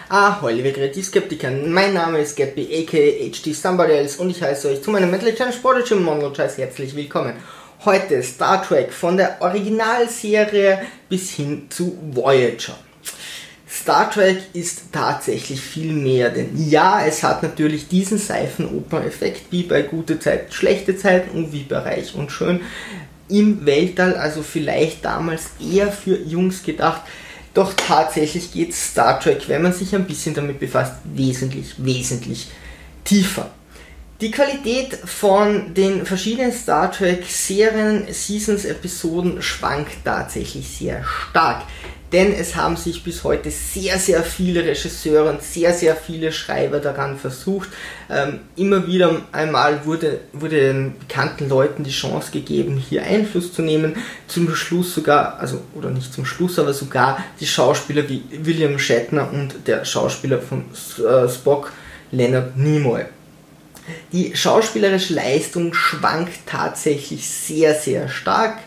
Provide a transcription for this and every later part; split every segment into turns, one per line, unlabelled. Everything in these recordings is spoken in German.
Ahoi, liebe Kreativskeptiker, mein Name ist Gappy, aka HT Somebody Else und ich heiße euch zu meinem Metal Challenge Prodigy Monologize herzlich willkommen. Heute Star Trek von der Originalserie bis hin zu Voyager. Star Trek ist tatsächlich viel mehr, denn ja, es hat natürlich diesen Seifenopern-Effekt wie bei Gute Zeiten, Schlechte Zeiten und wie bei Reich und Schön im Weltall, also vielleicht damals eher für Jungs gedacht. Doch tatsächlich geht Star Trek, wenn man sich ein bisschen damit befasst, wesentlich tiefer. Die Qualität von den verschiedenen Star Trek Serien, Seasons, Episoden schwankt tatsächlich sehr stark. Denn es haben sich bis heute sehr viele Regisseure und sehr viele Schreiber daran versucht. Immer wieder einmal wurde den bekannten Leuten die Chance gegeben, hier Einfluss zu nehmen. Zum Schluss sogar, also oder nicht zum Schluss, aber sogar die Schauspieler wie William Shatner und der Schauspieler von Spock, Leonard Nimoy. Die schauspielerische Leistung schwankt tatsächlich sehr stark.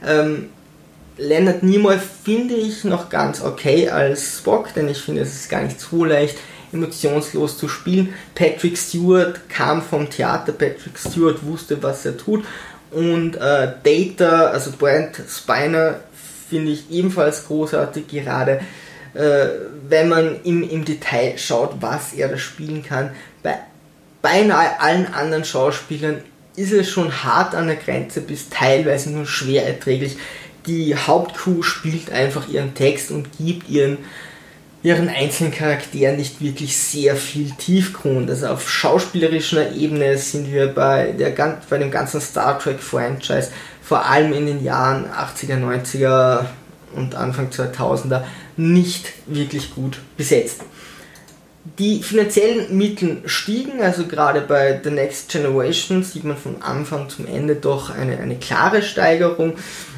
Leonard Nimoy finde ich noch ganz okay als Spock, denn ich finde, es ist gar nicht so leicht, emotionslos zu spielen. Patrick Stewart kam vom Theater, Patrick Stewart wusste, was er tut. Und Data, also Brent Spiner, finde ich ebenfalls großartig, gerade wenn man im Detail schaut, was er da spielen kann. Bei beinahe allen anderen Schauspielern ist es schon hart an der Grenze bis teilweise nur schwer erträglich. Die Hauptcrew spielt einfach ihren Text und gibt ihren einzelnen Charakteren nicht wirklich sehr viel Tiefgrund. Also auf schauspielerischer Ebene sind wir bei dem ganzen Star Trek Franchise, vor allem in den Jahren 80er, 90er und Anfang 2000er, nicht wirklich gut besetzt. Die finanziellen Mittel stiegen, also gerade bei The Next Generation sieht man von Anfang zum Ende doch eine klare Steigerung.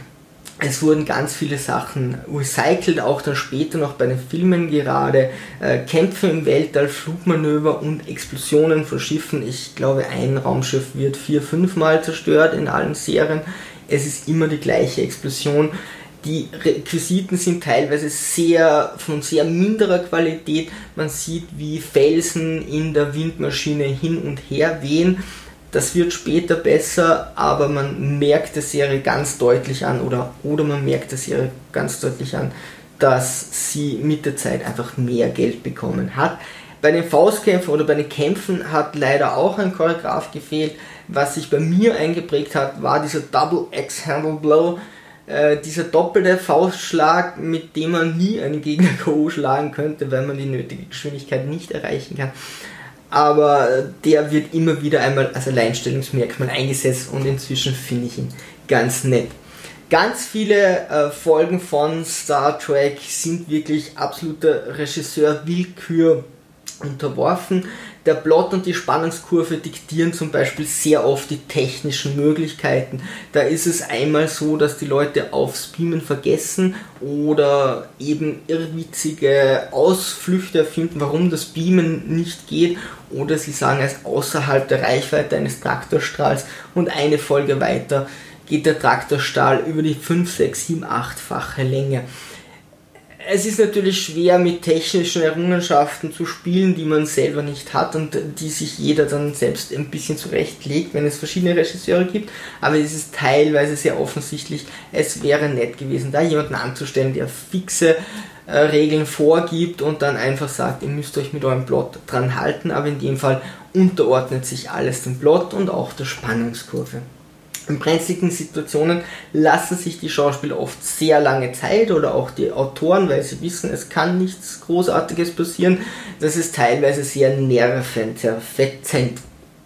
Es wurden ganz viele Sachen recycelt, auch dann später noch bei den Filmen gerade. Kämpfe im Weltall, Flugmanöver und Explosionen von Schiffen. Ich glaube, ein Raumschiff wird 4-5 Mal zerstört in allen Serien. Es ist immer die gleiche Explosion. Die Requisiten sind teilweise von sehr minderer Qualität. Man sieht, wie Felsen in der Windmaschine hin und her wehen. Das wird später besser, aber man merkt der Serie ganz deutlich an, oder man merkt der Serie ganz deutlich an, dass sie mit der Zeit einfach mehr Geld bekommen hat. Bei den Faustkämpfen oder bei den Kämpfen hat leider auch ein Choreograf gefehlt. Was sich bei mir eingeprägt hat, war dieser Double Axe-Handle Blow, dieser doppelte Faustschlag, mit dem man nie einen Gegner K.O. schlagen könnte, weil man die nötige Geschwindigkeit nicht erreichen kann. Aber der wird immer wieder einmal als Alleinstellungsmerkmal eingesetzt und inzwischen finde ich ihn ganz nett. Ganz viele Folgen von Star Trek sind wirklich absoluter Regisseur-Willkür unterworfen. Der Plot und die Spannungskurve diktieren zum Beispiel sehr oft die technischen Möglichkeiten. Da ist es einmal so, dass die Leute aufs Beamen vergessen oder eben irrwitzige Ausflüchte erfinden, warum das Beamen nicht geht, oder sie sagen es außerhalb der Reichweite eines Traktorstrahls und eine Folge weiter geht der Traktorstrahl über die 5, 6, 7, 8-fache Länge. Es ist natürlich schwer, mit technischen Errungenschaften zu spielen, die man selber nicht hat und die sich jeder dann selbst ein bisschen zurechtlegt, wenn es verschiedene Regisseure gibt, aber es ist teilweise sehr offensichtlich. Es wäre nett gewesen, da jemanden anzustellen, der fixe Regeln vorgibt und dann einfach sagt, ihr müsst euch mit eurem Plot dran halten, aber in dem Fall unterordnet sich alles dem Plot und auch der Spannungskurve. In brenzligen Situationen lassen sich die Schauspieler oft sehr lange Zeit oder auch die Autoren, weil sie wissen, es kann nichts Großartiges passieren. Das ist teilweise sehr nervenzerfetzend.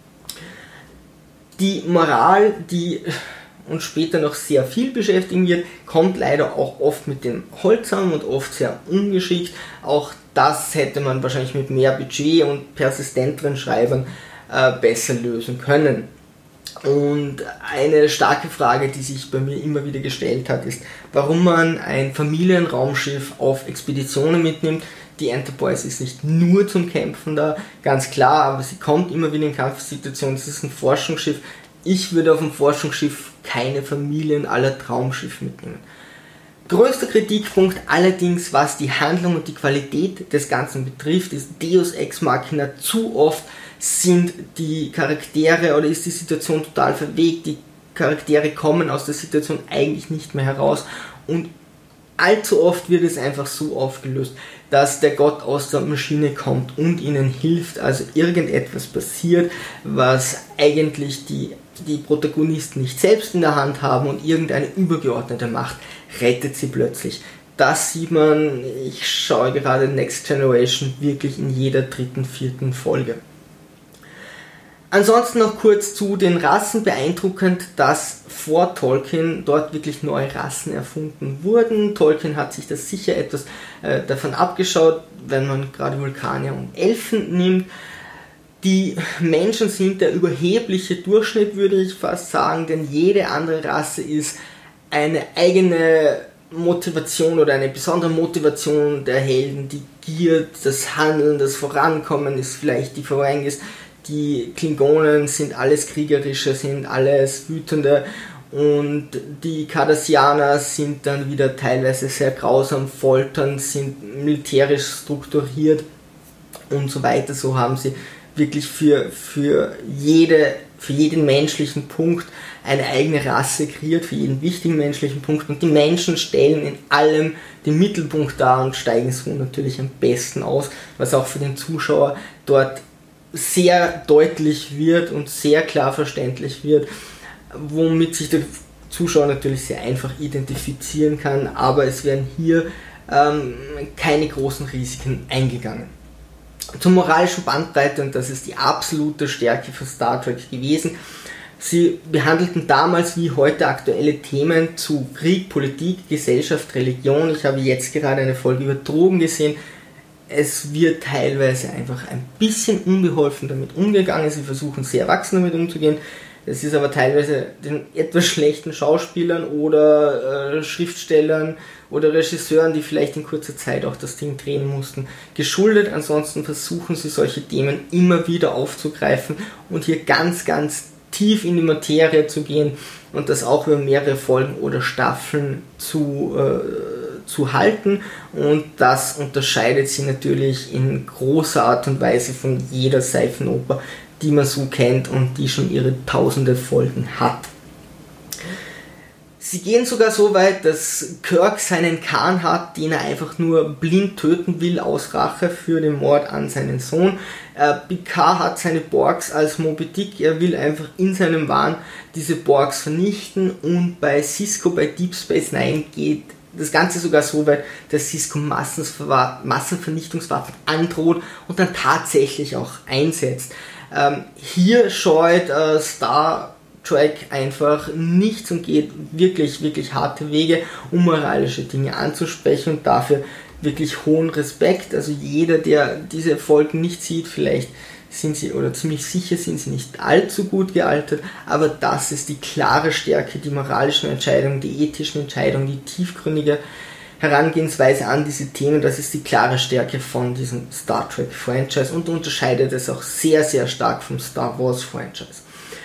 Die Moral, die uns später noch sehr viel beschäftigen wird, kommt leider auch oft mit dem Holzhammer und oft sehr ungeschickt. Auch das hätte man wahrscheinlich mit mehr Budget und persistenteren Schreibern besser lösen können. Und eine starke Frage, die sich bei mir immer wieder gestellt hat, ist, warum man ein Familienraumschiff auf Expeditionen mitnimmt. Die Enterprise ist nicht nur zum Kämpfen da, ganz klar, aber sie kommt immer wieder in Kampfsituationen. Es ist ein Forschungsschiff. Ich würde auf dem Forschungsschiff keine Familien aller Traumschiff mitnehmen. Größter Kritikpunkt allerdings, was die Handlung und die Qualität des Ganzen betrifft, ist Deus Ex Machina. Zu oft sind die Charaktere oder ist die Situation total verwegt, die Charaktere kommen aus der Situation eigentlich nicht mehr heraus und allzu oft wird es einfach so aufgelöst, dass der Gott aus der Maschine kommt und ihnen hilft, also irgendetwas passiert, was eigentlich die Protagonisten nicht selbst in der Hand haben und irgendeine übergeordnete Macht rettet sie plötzlich. Das sieht man, ich schaue gerade Next Generation wirklich in jeder dritten, vierten Folge. Ansonsten noch kurz zu den Rassen. Beeindruckend, dass vor Tolkien dort wirklich neue Rassen erfunden wurden. Tolkien hat sich das sicher etwas davon abgeschaut, wenn man gerade Vulkanier und Elfen nimmt. Die Menschen sind der überhebliche Durchschnitt, würde ich fast sagen, denn jede andere Rasse ist eine eigene Motivation oder eine besondere Motivation der Helden. Die Gier, das Handeln, das Vorankommen ist vielleicht die Ferengis. Die Klingonen sind alles Kriegerische, sind alles Wütende und die Cardassianer sind dann wieder teilweise sehr grausam, foltern, sind militärisch strukturiert und so weiter. So haben sie wirklich für jeden menschlichen Punkt eine eigene Rasse kreiert, für jeden wichtigen menschlichen Punkt, und die Menschen stellen in allem den Mittelpunkt dar und steigen so natürlich am besten aus, was auch für den Zuschauer dort sehr deutlich wird und sehr klar verständlich wird, womit sich der Zuschauer natürlich sehr einfach identifizieren kann, aber es werden hier keine großen Risiken eingegangen. Zur moralischen Bandbreite, und das ist die absolute Stärke von Star Trek gewesen. Sie behandelten damals wie heute aktuelle Themen zu Krieg, Politik, Gesellschaft, Religion. Ich habe jetzt gerade eine Folge über Drogen gesehen. Es wird teilweise einfach ein bisschen unbeholfen damit umgegangen. Sie versuchen sehr erwachsen damit umzugehen. Es ist aber teilweise den etwas schlechten Schauspielern oder Schriftstellern oder Regisseuren, die vielleicht in kurzer Zeit auch das Ding drehen mussten, geschuldet. Ansonsten versuchen sie solche Themen immer wieder aufzugreifen und hier ganz, ganz tief in die Materie zu gehen und das auch über mehrere Folgen oder Staffeln zu halten, und das unterscheidet sie natürlich in großer Art und Weise von jeder Seifenoper, die man so kennt und die schon ihre tausende Folgen hat. Sie gehen sogar so weit, dass Kirk seinen Khan hat, den er einfach nur blind töten will aus Rache für den Mord an seinen Sohn. Picard hat seine Borgs als Moby Dick, er will einfach in seinem Wahn diese Borgs vernichten, und bei Sisko bei Deep Space Nine geht das Ganze sogar so weit, dass Sisko Massenvernichtungswaffen androht und dann tatsächlich auch einsetzt. Hier scheut Star Trek einfach nichts und geht wirklich, wirklich harte Wege, um moralische Dinge anzusprechen, und dafür wirklich hohen Respekt. Also jeder, der diese Folgen nicht sieht, vielleicht sind sie, oder ziemlich sicher sind sie nicht allzu gut gealtert, aber das ist die klare Stärke, die moralischen Entscheidungen, die ethischen Entscheidungen, die tiefgründige Herangehensweise an diese Themen. Das ist die klare Stärke von diesem Star Trek Franchise und unterscheidet es auch sehr, sehr stark vom Star Wars Franchise.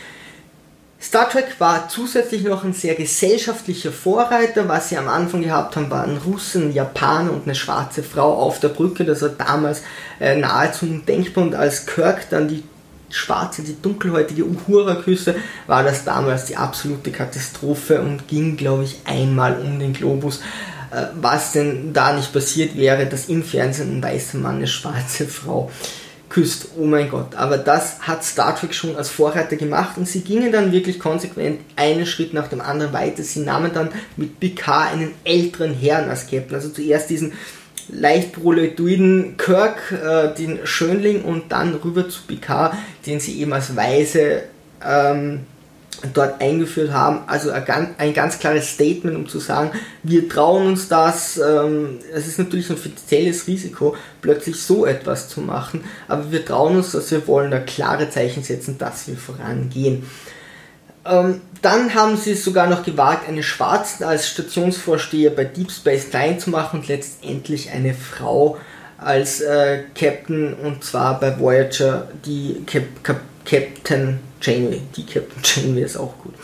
Star Trek war zusätzlich noch ein sehr gesellschaftlicher Vorreiter. Was sie am Anfang gehabt haben, waren Russen, Japaner und eine schwarze Frau auf der Brücke. Das war damals nahezu undenkbar, und als Kirk dann die schwarze, die dunkelhäutige Uhura küsste, war das damals die absolute Katastrophe und ging, glaube ich, einmal um den Globus. Was denn da nicht passiert wäre, dass im Fernsehen ein weißer Mann eine schwarze Frau küsst. Oh mein Gott, aber das hat Star Trek schon als Vorreiter gemacht, und sie gingen dann wirklich konsequent einen Schritt nach dem anderen weiter. Sie nahmen dann mit Picard einen älteren Herrn als Captain, also zuerst diesen leicht proletoiden Kirk, den Schönling, und dann rüber zu Picard, den sie eben als Weise dort eingeführt haben. Also ein ganz klares Statement, um zu sagen, wir trauen uns das. Es ist natürlich ein finanzielles Risiko, plötzlich so etwas zu machen, aber wir trauen uns das, wir wollen da klare Zeichen setzen, dass wir vorangehen. Dann haben sie es sogar noch gewagt, einen Schwarzen als Stationsvorsteher bei Deep Space Nine zu machen und letztendlich eine Frau als Captain, und zwar bei Voyager die Captain Janeway. Die Captain Janeway ist auch gut.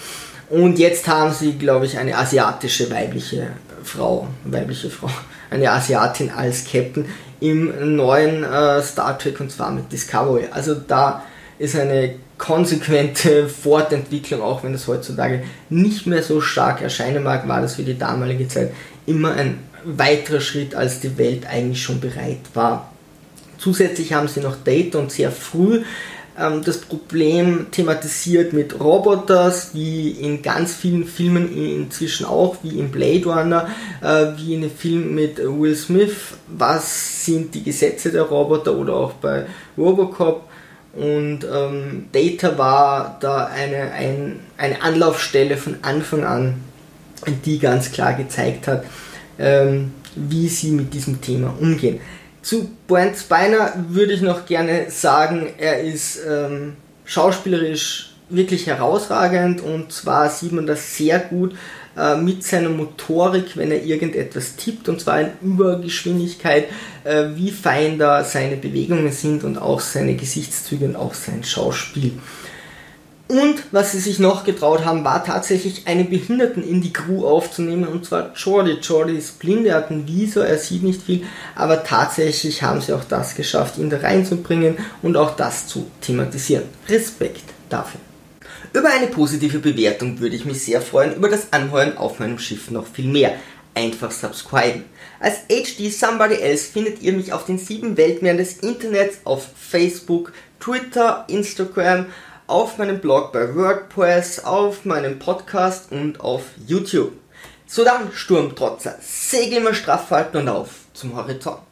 Und jetzt haben sie, glaube ich, eine asiatische weibliche Frau, eine Asiatin als Captain im neuen Star Trek, und zwar mit Discovery. Also da ist eine konsequente Fortentwicklung, auch wenn das heutzutage nicht mehr so stark erscheinen mag, war das für die damalige Zeit immer ein weiterer Schritt, als die Welt eigentlich schon bereit war. Zusätzlich haben sie noch Data und sehr früh das Problem thematisiert mit Roboters, wie in ganz vielen Filmen inzwischen auch, wie in Blade Runner, wie in dem Film mit Will Smith, was sind die Gesetze der Roboter, oder auch bei Robocop. Und Data war da eine Anlaufstelle von Anfang an, die ganz klar gezeigt hat, wie sie mit diesem Thema umgehen. Zu Brent Spiner würde ich noch gerne sagen, er ist schauspielerisch wirklich herausragend, und zwar sieht man das sehr gut mit seiner Motorik, wenn er irgendetwas tippt, und zwar in Übergeschwindigkeit, wie fein da seine Bewegungen sind und auch seine Gesichtszüge und auch sein Schauspiel. Und was sie sich noch getraut haben, war tatsächlich einen Behinderten in die Crew aufzunehmen, und zwar Geordi. Geordi ist blind, er hat einen Visor, er sieht nicht viel, aber tatsächlich haben sie auch das geschafft, ihn da reinzubringen und auch das zu thematisieren. Respekt dafür. Über eine positive Bewertung würde ich mich sehr freuen, über das Anheuern auf meinem Schiff noch viel mehr. Einfach subscriben. Als HD Somebody Else findet ihr mich auf den 7 Weltmeeren des Internets, auf Facebook, Twitter, Instagram, auf meinem Blog bei WordPress, auf meinem Podcast und auf YouTube. So dann, Sturmtrotzer, Segel immer straff halten und auf zum Horizont.